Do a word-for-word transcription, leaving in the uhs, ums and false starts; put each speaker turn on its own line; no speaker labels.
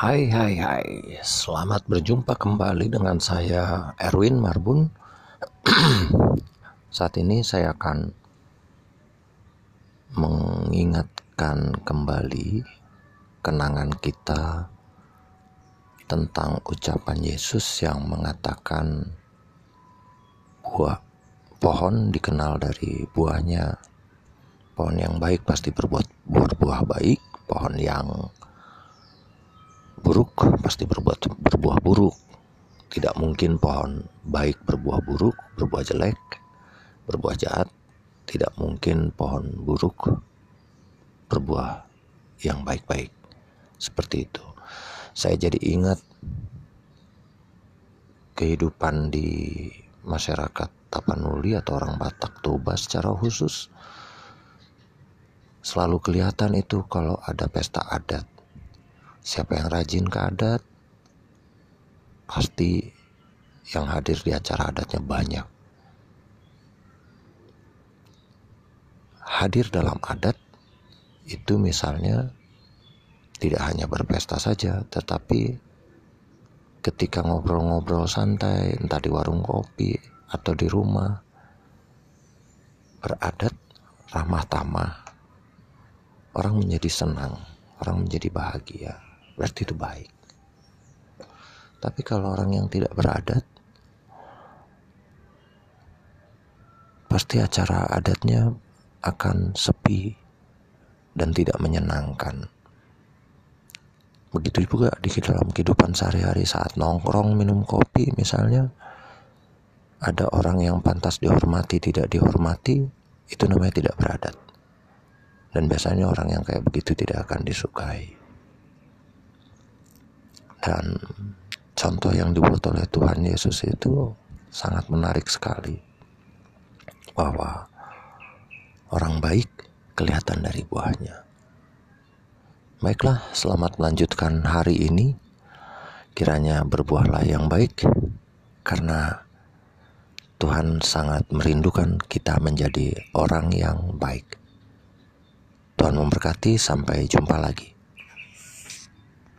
Hai hai hai, selamat berjumpa kembali dengan saya Erwin Marbun. Saat ini saya akan mengingatkan kembali kenangan kita tentang ucapan Yesus yang mengatakan buah pohon dikenal dari buahnya. Pohon yang baik pasti berbuat berbuah baik, pohon yang buruk pasti berbuat berbuah buruk. Tidak mungkin pohon baik berbuah buruk, berbuah jelek, berbuah jahat. Tidak mungkin pohon buruk berbuah yang baik-baik. Seperti itu. Saya jadi ingat kehidupan di masyarakat Tapanuli atau orang Batak Toba secara khusus. Selalu kelihatan itu kalau ada pesta adat. Siapa yang rajin ke adat, pasti yang hadir di acara adatnya banyak. Hadir dalam adat itu misalnya tidak hanya berpesta saja, tetapi ketika ngobrol-ngobrol santai, entah di warung kopi atau di rumah, beradat ramah tamah, orang menjadi senang, orang menjadi bahagia. Berarti itu baik. Tapi kalau orang yang tidak beradat, pasti acara adatnya akan sepi dan tidak menyenangkan. Begitu juga di dalam kehidupan sehari-hari saat nongkrong minum kopi misalnya, ada orang yang pantas dihormati tidak dihormati, itu namanya tidak beradat. Dan biasanya orang yang kayak begitu tidak akan disukai. Dan contoh yang dibuat oleh Tuhan Yesus itu sangat menarik sekali, bahwa orang baik kelihatan dari buahnya. Baiklah, selamat melanjutkan hari ini. Kiranya berbuahlah yang baik, karena Tuhan sangat merindukan kita menjadi orang yang baik. Tuhan memberkati, sampai jumpa lagi.